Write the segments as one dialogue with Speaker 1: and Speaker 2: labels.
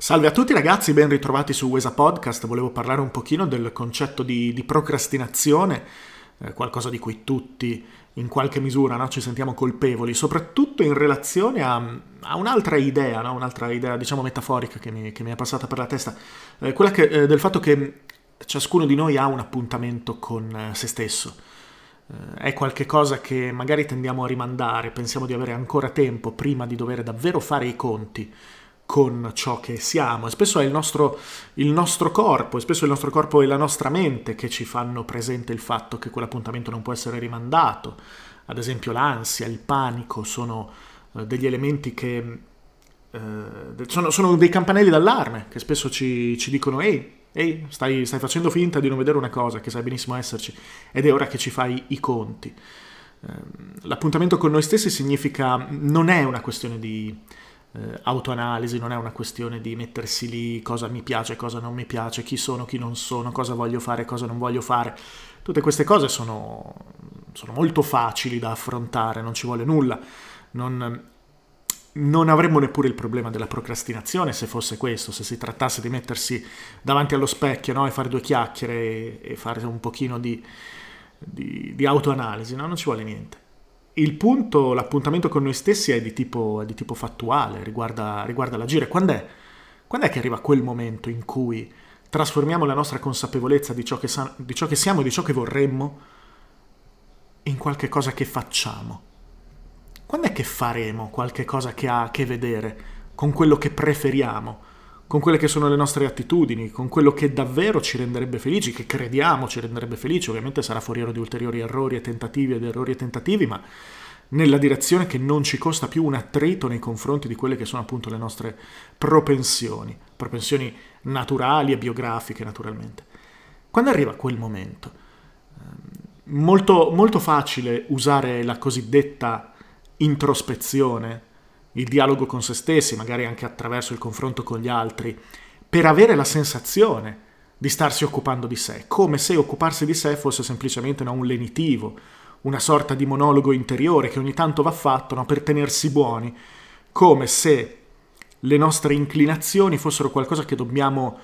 Speaker 1: Salve a tutti ragazzi, ben ritrovati su Wesa Podcast. Volevo parlare un pochino del concetto di procrastinazione, qualcosa di cui tutti in qualche misura, no, ci sentiamo colpevoli, soprattutto in relazione a un'altra idea, no? Un'altra idea diciamo metaforica che mi è passata per la testa, del fatto che ciascuno di noi ha un appuntamento con se stesso. È qualche cosa che magari tendiamo a rimandare, pensiamo di avere ancora tempo prima di dover davvero fare i conti con ciò che siamo, e spesso è il nostro corpo, e spesso il nostro corpo e la nostra mente che ci fanno presente il fatto che quell'appuntamento non può essere rimandato. Ad esempio l'ansia, il panico sono degli elementi che sono dei campanelli d'allarme che spesso ci dicono ehi, stai facendo finta di non vedere una cosa che sai benissimo esserci, ed è ora che ci fai i conti. L'appuntamento con noi stessi significa, non è una questione di autoanalisi, non è una questione di mettersi lì cosa mi piace, cosa non mi piace, chi sono, chi non sono, cosa voglio fare, cosa non voglio fare. Tutte queste cose sono molto facili da affrontare, non ci vuole nulla. Non avremmo neppure il problema della procrastinazione se fosse questo, se si trattasse di mettersi davanti allo specchio, no, e fare due chiacchiere e fare un pochino di autoanalisi, no? Non ci vuole niente. Il punto, l'appuntamento con noi stessi è di tipo fattuale, riguarda l'agire. Quando è che arriva quel momento in cui trasformiamo la nostra consapevolezza di ciò che siamo e di ciò che vorremmo in qualche cosa che facciamo? Quando è che faremo qualche cosa che ha a che vedere con quello che preferiamo, con quelle che sono le nostre attitudini, con quello che davvero ci renderebbe felici, che crediamo ci renderebbe felici? Ovviamente sarà foriero di ulteriori errori e tentativi, ma nella direzione che non ci costa più un attrito nei confronti di quelle che sono appunto le nostre propensioni naturali e biografiche, naturalmente. Quando arriva quel momento, molto, molto facile usare la cosiddetta introspezione, il dialogo con se stessi, magari anche attraverso il confronto con gli altri, per avere la sensazione di starsi occupando di sé, come se occuparsi di sé fosse semplicemente, no, un lenitivo, una sorta di monologo interiore che ogni tanto va fatto, no, per tenersi buoni, come se le nostre inclinazioni fossero qualcosa che dobbiamo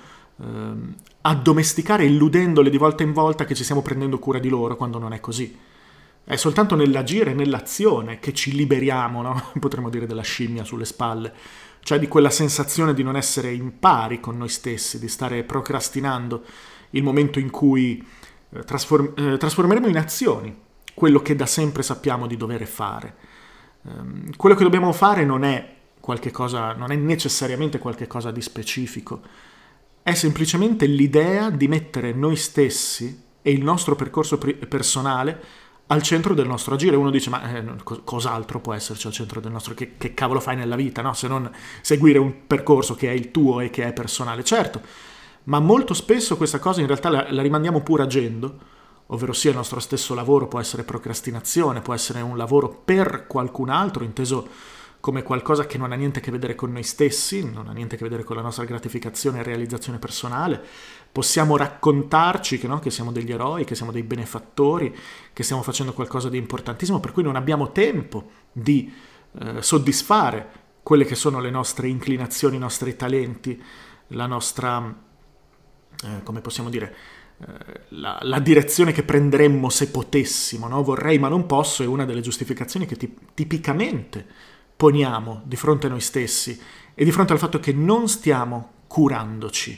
Speaker 1: addomesticare, illudendole di volta in volta che ci stiamo prendendo cura di loro, quando non è così. È soltanto nell'agire, nell'azione, che ci liberiamo, no? Potremmo dire della scimmia sulle spalle, cioè di quella sensazione di non essere in pari con noi stessi, di stare procrastinando il momento in cui trasformeremo in azioni quello che da sempre sappiamo di dover fare. Quello che dobbiamo fare non è necessariamente qualche cosa di specifico, è semplicemente l'idea di mettere noi stessi e il nostro percorso personale al centro del nostro agire. Uno dice, ma cos'altro può esserci al centro del nostro, che cavolo fai nella vita, no? Se non seguire un percorso che è il tuo e che è personale. Certo, ma molto spesso questa cosa in realtà la rimandiamo pur agendo, ovvero sia il nostro stesso lavoro può essere procrastinazione, può essere un lavoro per qualcun altro, inteso come qualcosa che non ha niente a che vedere con noi stessi, non ha niente a che vedere con la nostra gratificazione e realizzazione personale. Possiamo raccontarci che siamo degli eroi, che siamo dei benefattori, che stiamo facendo qualcosa di importantissimo, per cui non abbiamo tempo di soddisfare quelle che sono le nostre inclinazioni, i nostri talenti, la nostra, come possiamo dire, la direzione che prenderemmo se potessimo, no? Vorrei ma non posso è una delle giustificazioni che tipicamente poniamo di fronte a noi stessi e di fronte al fatto che non stiamo curandoci.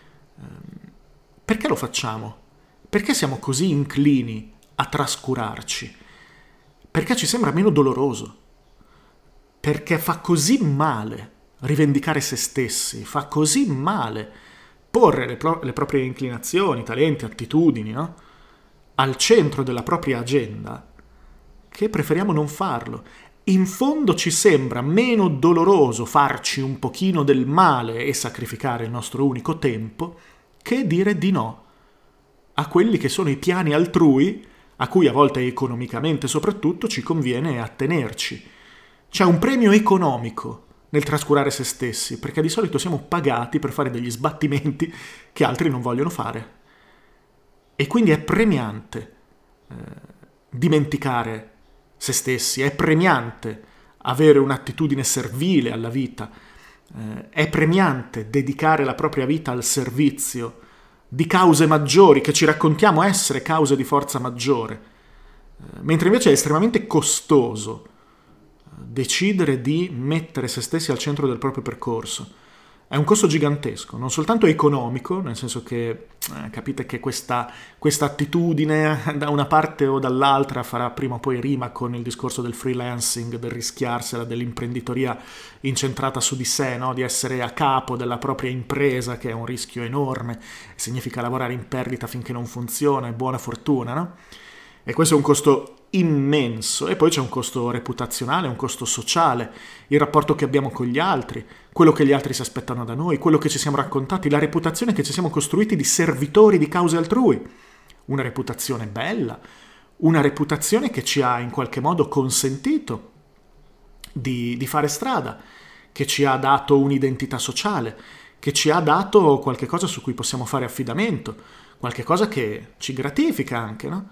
Speaker 1: Perché lo facciamo? Perché siamo così inclini a trascurarci? Perché ci sembra meno doloroso? Perché fa così male rivendicare se stessi, fa così male porre le proprie inclinazioni, talenti, attitudini, no? Al centro della propria agenda, che preferiamo non farlo. In fondo ci sembra meno doloroso farci un pochino del male e sacrificare il nostro unico tempo che dire di no a quelli che sono i piani altrui a cui a volte economicamente soprattutto ci conviene attenerci. C'è un premio economico nel trascurare se stessi, perché di solito siamo pagati per fare degli sbattimenti che altri non vogliono fare. E quindi è premiante dimenticare se stessi, è premiante avere un'attitudine servile alla vita, È premiante dedicare la propria vita al servizio di cause maggiori che ci raccontiamo essere cause di forza maggiore, mentre invece è estremamente costoso decidere di mettere se stessi al centro del proprio percorso. È un costo gigantesco, non soltanto economico, nel senso che capite che questa attitudine da una parte o dall'altra farà prima o poi rima con il discorso del freelancing, del rischiarsela, dell'imprenditoria incentrata su di sé, no? Di essere a capo della propria impresa, che è un rischio enorme, significa lavorare in perdita finché non funziona, è buona fortuna, no? E questo è un costo immenso. E poi c'è un costo reputazionale, un costo sociale, il rapporto che abbiamo con gli altri, quello che gli altri si aspettano da noi, quello che ci siamo raccontati, la reputazione che ci siamo costruiti di servitori di cause altrui. Una reputazione bella, una reputazione che ci ha in qualche modo consentito di fare strada, che ci ha dato un'identità sociale, che ci ha dato qualche cosa su cui possiamo fare affidamento, qualche cosa che ci gratifica anche, no?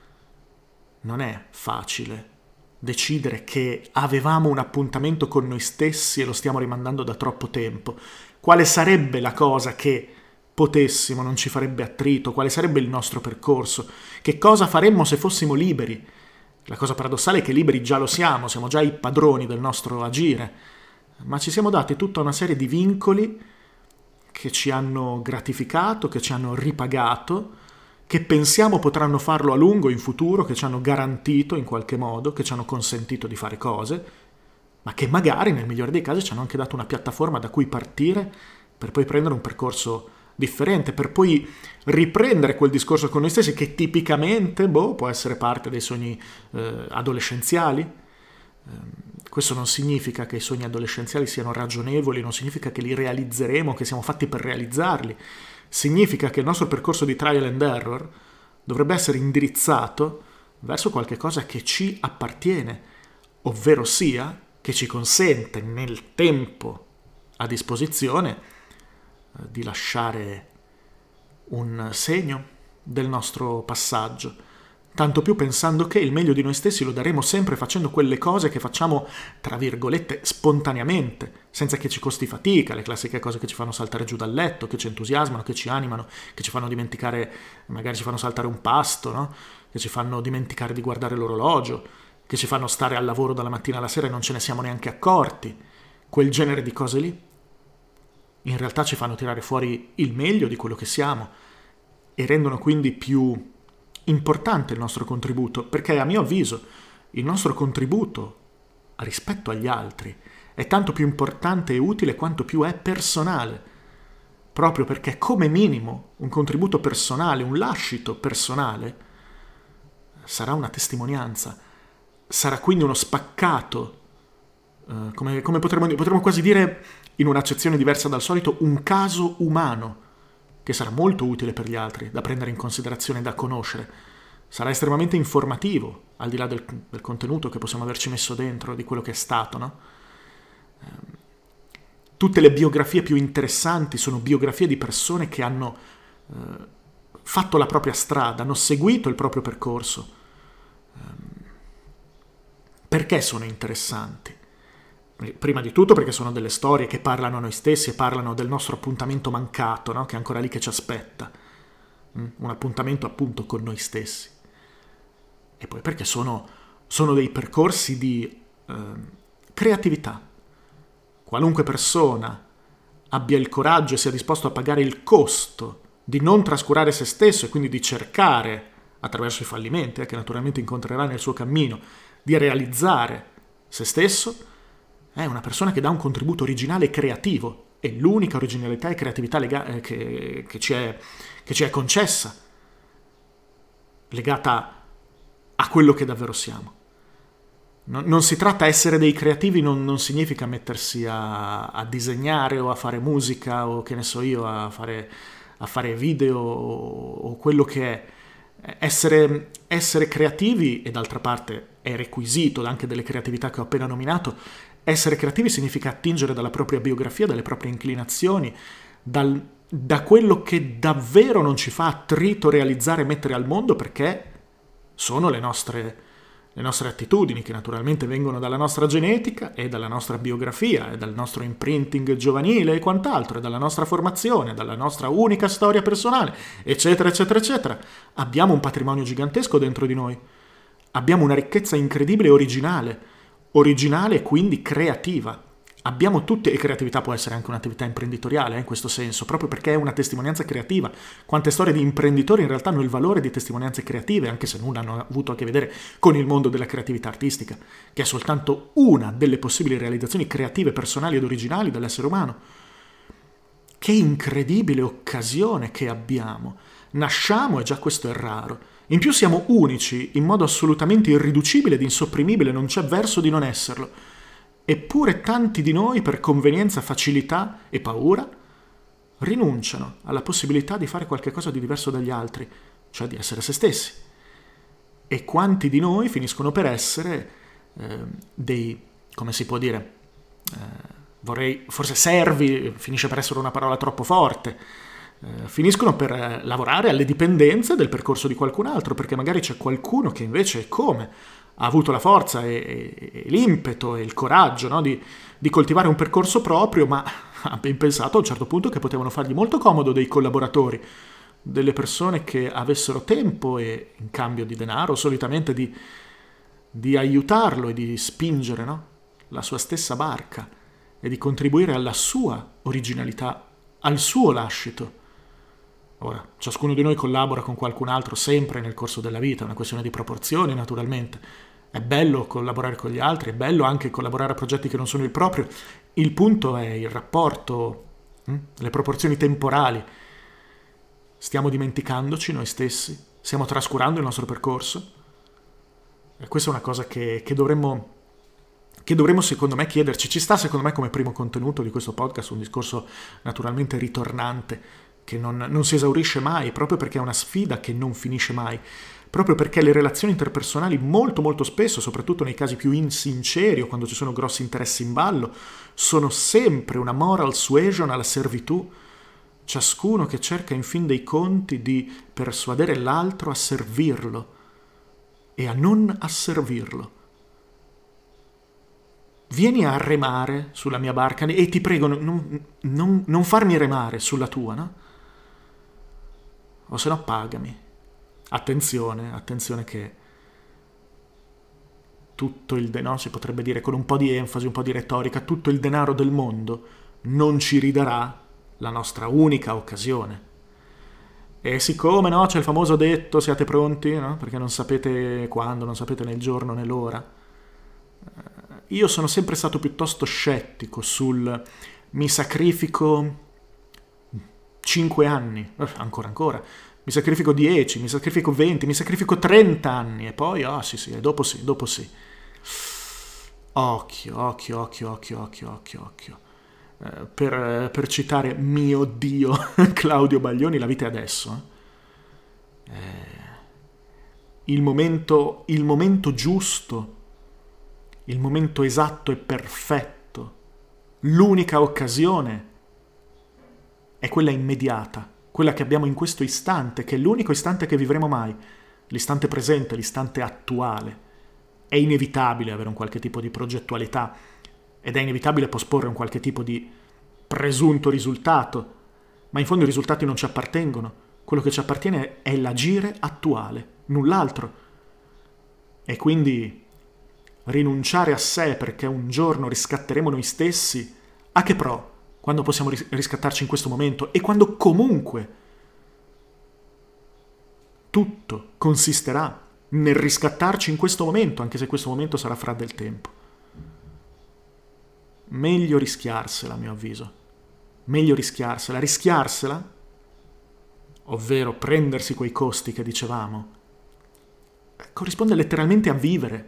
Speaker 1: Non è facile decidere che avevamo un appuntamento con noi stessi e lo stiamo rimandando da troppo tempo. Quale sarebbe la cosa che potessimo, non ci farebbe attrito? Quale sarebbe il nostro percorso? Che cosa faremmo se fossimo liberi? La cosa paradossale è che liberi già lo siamo già i padroni del nostro agire, ma ci siamo dati tutta una serie di vincoli che ci hanno gratificato, che ci hanno ripagato, che pensiamo potranno farlo a lungo in futuro, che ci hanno garantito in qualche modo, che ci hanno consentito di fare cose, ma che magari nel migliore dei casi ci hanno anche dato una piattaforma da cui partire per poi prendere un percorso differente, per poi riprendere quel discorso con noi stessi che tipicamente può essere parte dei sogni adolescenziali. Questo non significa che i sogni adolescenziali siano ragionevoli, non significa che li realizzeremo, che siamo fatti per realizzarli. Significa che il nostro percorso di trial and error dovrebbe essere indirizzato verso qualche cosa che ci appartiene, ovvero sia che ci consente nel tempo a disposizione di lasciare un segno del nostro passaggio, tanto più pensando che il meglio di noi stessi lo daremo sempre facendo quelle cose che facciamo, tra virgolette, spontaneamente, senza che ci costi fatica, le classiche cose che ci fanno saltare giù dal letto, che ci entusiasmano, che ci animano, che ci fanno dimenticare, magari ci fanno saltare un pasto, no? Che ci fanno dimenticare di guardare l'orologio, che ci fanno stare al lavoro dalla mattina alla sera e non ce ne siamo neanche accorti. Quel genere di cose lì in realtà ci fanno tirare fuori il meglio di quello che siamo e rendono quindi più importante il nostro contributo, perché a mio avviso il nostro contributo rispetto agli altri è tanto più importante e utile quanto più è personale, proprio perché come minimo un contributo personale, un lascito personale sarà una testimonianza, sarà quindi uno spaccato, come potremmo quasi dire in un'accezione diversa dal solito, un caso umano che sarà molto utile per gli altri, da prendere in considerazione, da conoscere. Sarà estremamente informativo, al di là del contenuto che possiamo averci messo dentro, di quello che è stato, no? Tutte le biografie più interessanti sono biografie di persone che hanno fatto la propria strada, hanno seguito il proprio percorso. Perché sono interessanti? Prima di tutto perché sono delle storie che parlano a noi stessi e parlano del nostro appuntamento mancato, no? Che è ancora lì che ci aspetta. Un appuntamento appunto con noi stessi. E poi perché sono dei percorsi di creatività. Qualunque persona abbia il coraggio e sia disposto a pagare il costo di non trascurare se stesso e quindi di cercare, attraverso i fallimenti che naturalmente incontrerà nel suo cammino, di realizzare se stesso, è una persona che dà un contributo originale e creativo, e l'unica originalità e creatività che ci è concessa, legata a quello che davvero siamo. Non si tratta, essere dei creativi non significa mettersi a disegnare o a fare musica o che ne so io, a fare video o quello che è. Essere creativi, e d'altra parte è requisito anche delle creatività che ho appena nominato. Essere creativi significa attingere dalla propria biografia, dalle proprie inclinazioni, da quello che davvero non ci fa attrito realizzare e mettere al mondo, perché sono le nostre le nostre attitudini, che naturalmente vengono dalla nostra genetica e dalla nostra biografia e dal nostro imprinting giovanile e quant'altro, e dalla nostra formazione, dalla nostra unica storia personale, eccetera, eccetera, eccetera. Abbiamo un patrimonio gigantesco dentro di noi. Abbiamo una ricchezza incredibile e originale e quindi creativa. Abbiamo tutte, e creatività può essere anche un'attività imprenditoriale, in questo senso, proprio perché è una testimonianza creativa. Quante storie di imprenditori in realtà hanno il valore di testimonianze creative, anche se nulla hanno avuto a che vedere con il mondo della creatività artistica, che è soltanto una delle possibili realizzazioni creative, personali ed originali dell'essere umano. Che incredibile occasione che abbiamo. Nasciamo, e già questo è raro. In più siamo unici, in modo assolutamente irriducibile ed insopprimibile, non c'è verso di non esserlo. Eppure tanti di noi, per convenienza, facilità e paura, rinunciano alla possibilità di fare qualcosa di diverso dagli altri, cioè di essere se stessi. E quanti di noi finiscono per essere dei, come si può dire, forse servi, finisce per essere una parola troppo forte, finiscono per lavorare alle dipendenze del percorso di qualcun altro, perché magari c'è qualcuno che invece ha avuto la forza e l'impeto e il coraggio, no, di coltivare un percorso proprio, ma ha ben pensato a un certo punto che potevano fargli molto comodo dei collaboratori, delle persone che avessero tempo e in cambio di denaro solitamente di aiutarlo e di spingere, no, la sua stessa barca e di contribuire alla sua originalità, al suo lascito. Ora, ciascuno di noi collabora con qualcun altro sempre nel corso della vita, è una questione di proporzioni naturalmente. È bello collaborare con gli altri, è bello anche collaborare a progetti che non sono il proprio. Il punto è il rapporto, le proporzioni temporali. Stiamo dimenticandoci noi stessi? Stiamo trascurando il nostro percorso? E questa è una cosa che dovremmo secondo me chiederci. Ci sta secondo me come primo contenuto di questo podcast un discorso naturalmente ritornante, che non si esaurisce mai, proprio perché è una sfida che non finisce mai, proprio perché le relazioni interpersonali molto molto spesso, soprattutto nei casi più insinceri o quando ci sono grossi interessi in ballo, sono sempre una moral suasion alla servitù, ciascuno che cerca in fin dei conti di persuadere l'altro a servirlo e a non asservirlo. Vieni a remare sulla mia barca e ti prego non farmi remare sulla tua, no? O se no pagami. Attenzione che tutto il denaro, si potrebbe dire con un po' di enfasi, un po' di retorica, tutto il denaro del mondo non ci ridarà la nostra unica occasione. E siccome no, c'è il famoso detto siate pronti, no? Perché non sapete quando, non sapete né il giorno né l'ora. Io sono sempre stato piuttosto scettico sul mi sacrifico 5 anni, ancora, mi sacrifico 10, mi sacrifico 20, mi sacrifico 30 anni e poi, sì, e dopo sì. Occhio. Per citare mio Dio Claudio Baglioni, la vita è adesso. Il momento giusto, il momento esatto e perfetto, l'unica occasione è quella immediata, quella che abbiamo in questo istante, che è l'unico istante che vivremo mai, l'istante presente, l'istante attuale. È inevitabile avere un qualche tipo di progettualità ed è inevitabile posporre un qualche tipo di presunto risultato, ma in fondo i risultati non ci appartengono. Quello che ci appartiene è l'agire attuale, null'altro. E quindi rinunciare a sé perché un giorno riscatteremo noi stessi, a che pro? Quando possiamo riscattarci in questo momento e quando comunque tutto consisterà nel riscattarci in questo momento, anche se questo momento sarà fra del tempo. Meglio rischiarsela, a mio avviso. Meglio rischiarsela, ovvero prendersi quei costi che dicevamo, corrisponde letteralmente a vivere.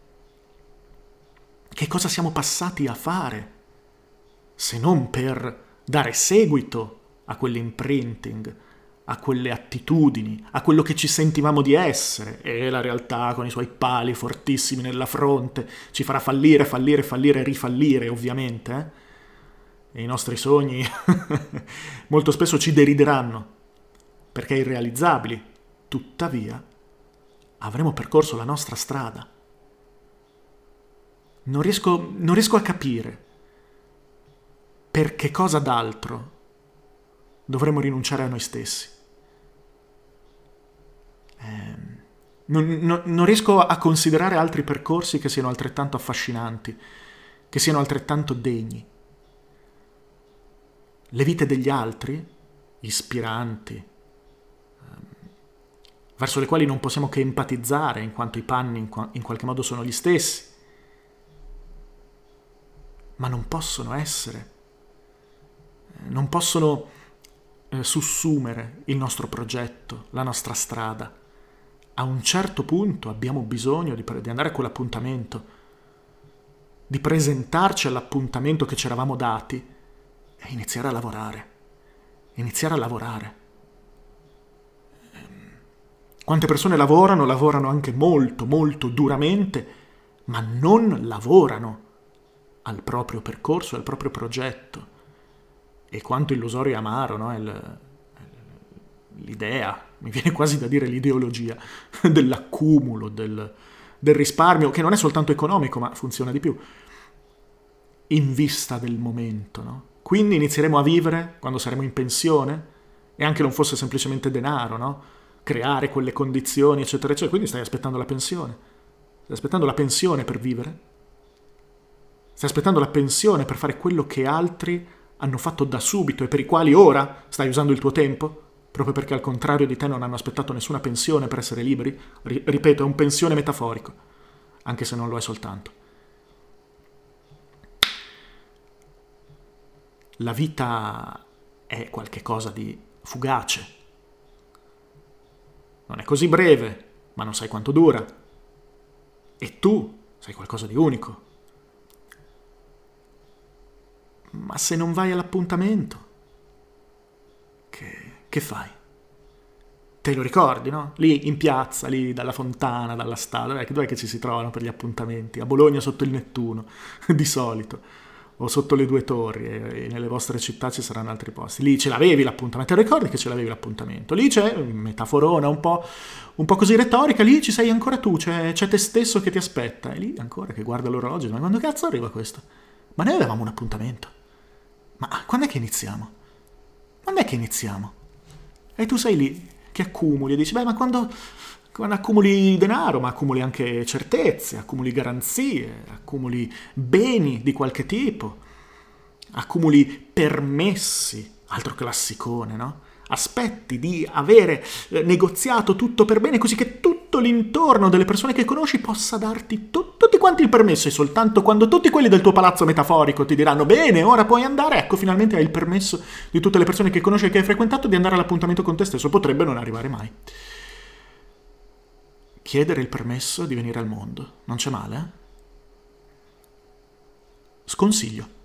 Speaker 1: Che cosa siamo passati a fare? Se non per dare seguito a quell'imprinting, a quelle attitudini, a quello che ci sentivamo di essere, e la realtà con i suoi pali fortissimi nella fronte ci farà fallire e rifallire, ovviamente, E i nostri sogni molto spesso ci derideranno, perché irrealizzabili. Tuttavia, avremo percorso la nostra strada, non riesco a capire per che cosa d'altro dovremmo rinunciare a noi stessi. Non riesco a considerare altri percorsi che siano altrettanto affascinanti, che siano altrettanto degni. Le vite degli altri, ispiranti, verso le quali non possiamo che empatizzare in quanto i panni in qualche modo sono gli stessi, ma non possono essere, non possono sussumere il nostro progetto, la nostra strada. A un certo punto abbiamo bisogno di andare a quell'appuntamento, di presentarci all'appuntamento che ci eravamo dati e iniziare a lavorare. Iniziare a lavorare. Quante persone lavorano anche molto, molto duramente, ma non lavorano al proprio percorso, al proprio progetto. E quanto illusorio e amaro, no? L'idea, mi viene quasi da dire l'ideologia, dell'accumulo, del risparmio, che non è soltanto economico, ma funziona di più, in vista del momento, no? Quindi inizieremo a vivere quando saremo in pensione, e anche non fosse semplicemente denaro, no? Creare quelle condizioni, eccetera, eccetera. Quindi stai aspettando la pensione. Stai aspettando la pensione per vivere? Stai aspettando la pensione per fare quello che altri hanno fatto da subito e per i quali ora stai usando il tuo tempo? Proprio perché al contrario di te non hanno aspettato nessuna pensione per essere liberi? Ripeto, è un pensione metaforico, anche se non lo è soltanto. La vita è qualche cosa di fugace. Non è così breve, ma non sai quanto dura. E tu sei qualcosa di unico. Ma se non vai all'appuntamento, che fai? Te lo ricordi, no? Lì in piazza, lì dalla fontana, dalla strada, dov'è che ci si trovano per gli appuntamenti? A Bologna sotto il Nettuno, di solito, o sotto le Due Torri, e nelle vostre città ci saranno altri posti. Lì ce l'avevi l'appuntamento, te lo ricordi che ce l'avevi l'appuntamento? Lì c'è metaforona un po' così retorica, lì ci sei ancora tu, c'è te stesso che ti aspetta, e lì ancora che guarda l'orologio, ma quando cazzo arriva questo? Ma noi avevamo un appuntamento. Ma quando è che iniziamo? Quando è che iniziamo? E tu sei lì che accumuli e dici, beh, ma quando accumuli denaro, ma accumuli anche certezze, accumuli garanzie, accumuli beni di qualche tipo, accumuli permessi, altro classicone, no? Aspetti di avere negoziato tutto per bene, così che tutto l'intorno delle persone che conosci possa darti tutti quanti il permesso, e soltanto quando tutti quelli del tuo palazzo metaforico ti diranno bene, ora puoi andare, ecco, finalmente hai il permesso di tutte le persone che conosci e che hai frequentato di andare all'appuntamento con te stesso. Potrebbe non arrivare mai. Chiedere il permesso di venire al mondo non c'è male, eh? Sconsiglio.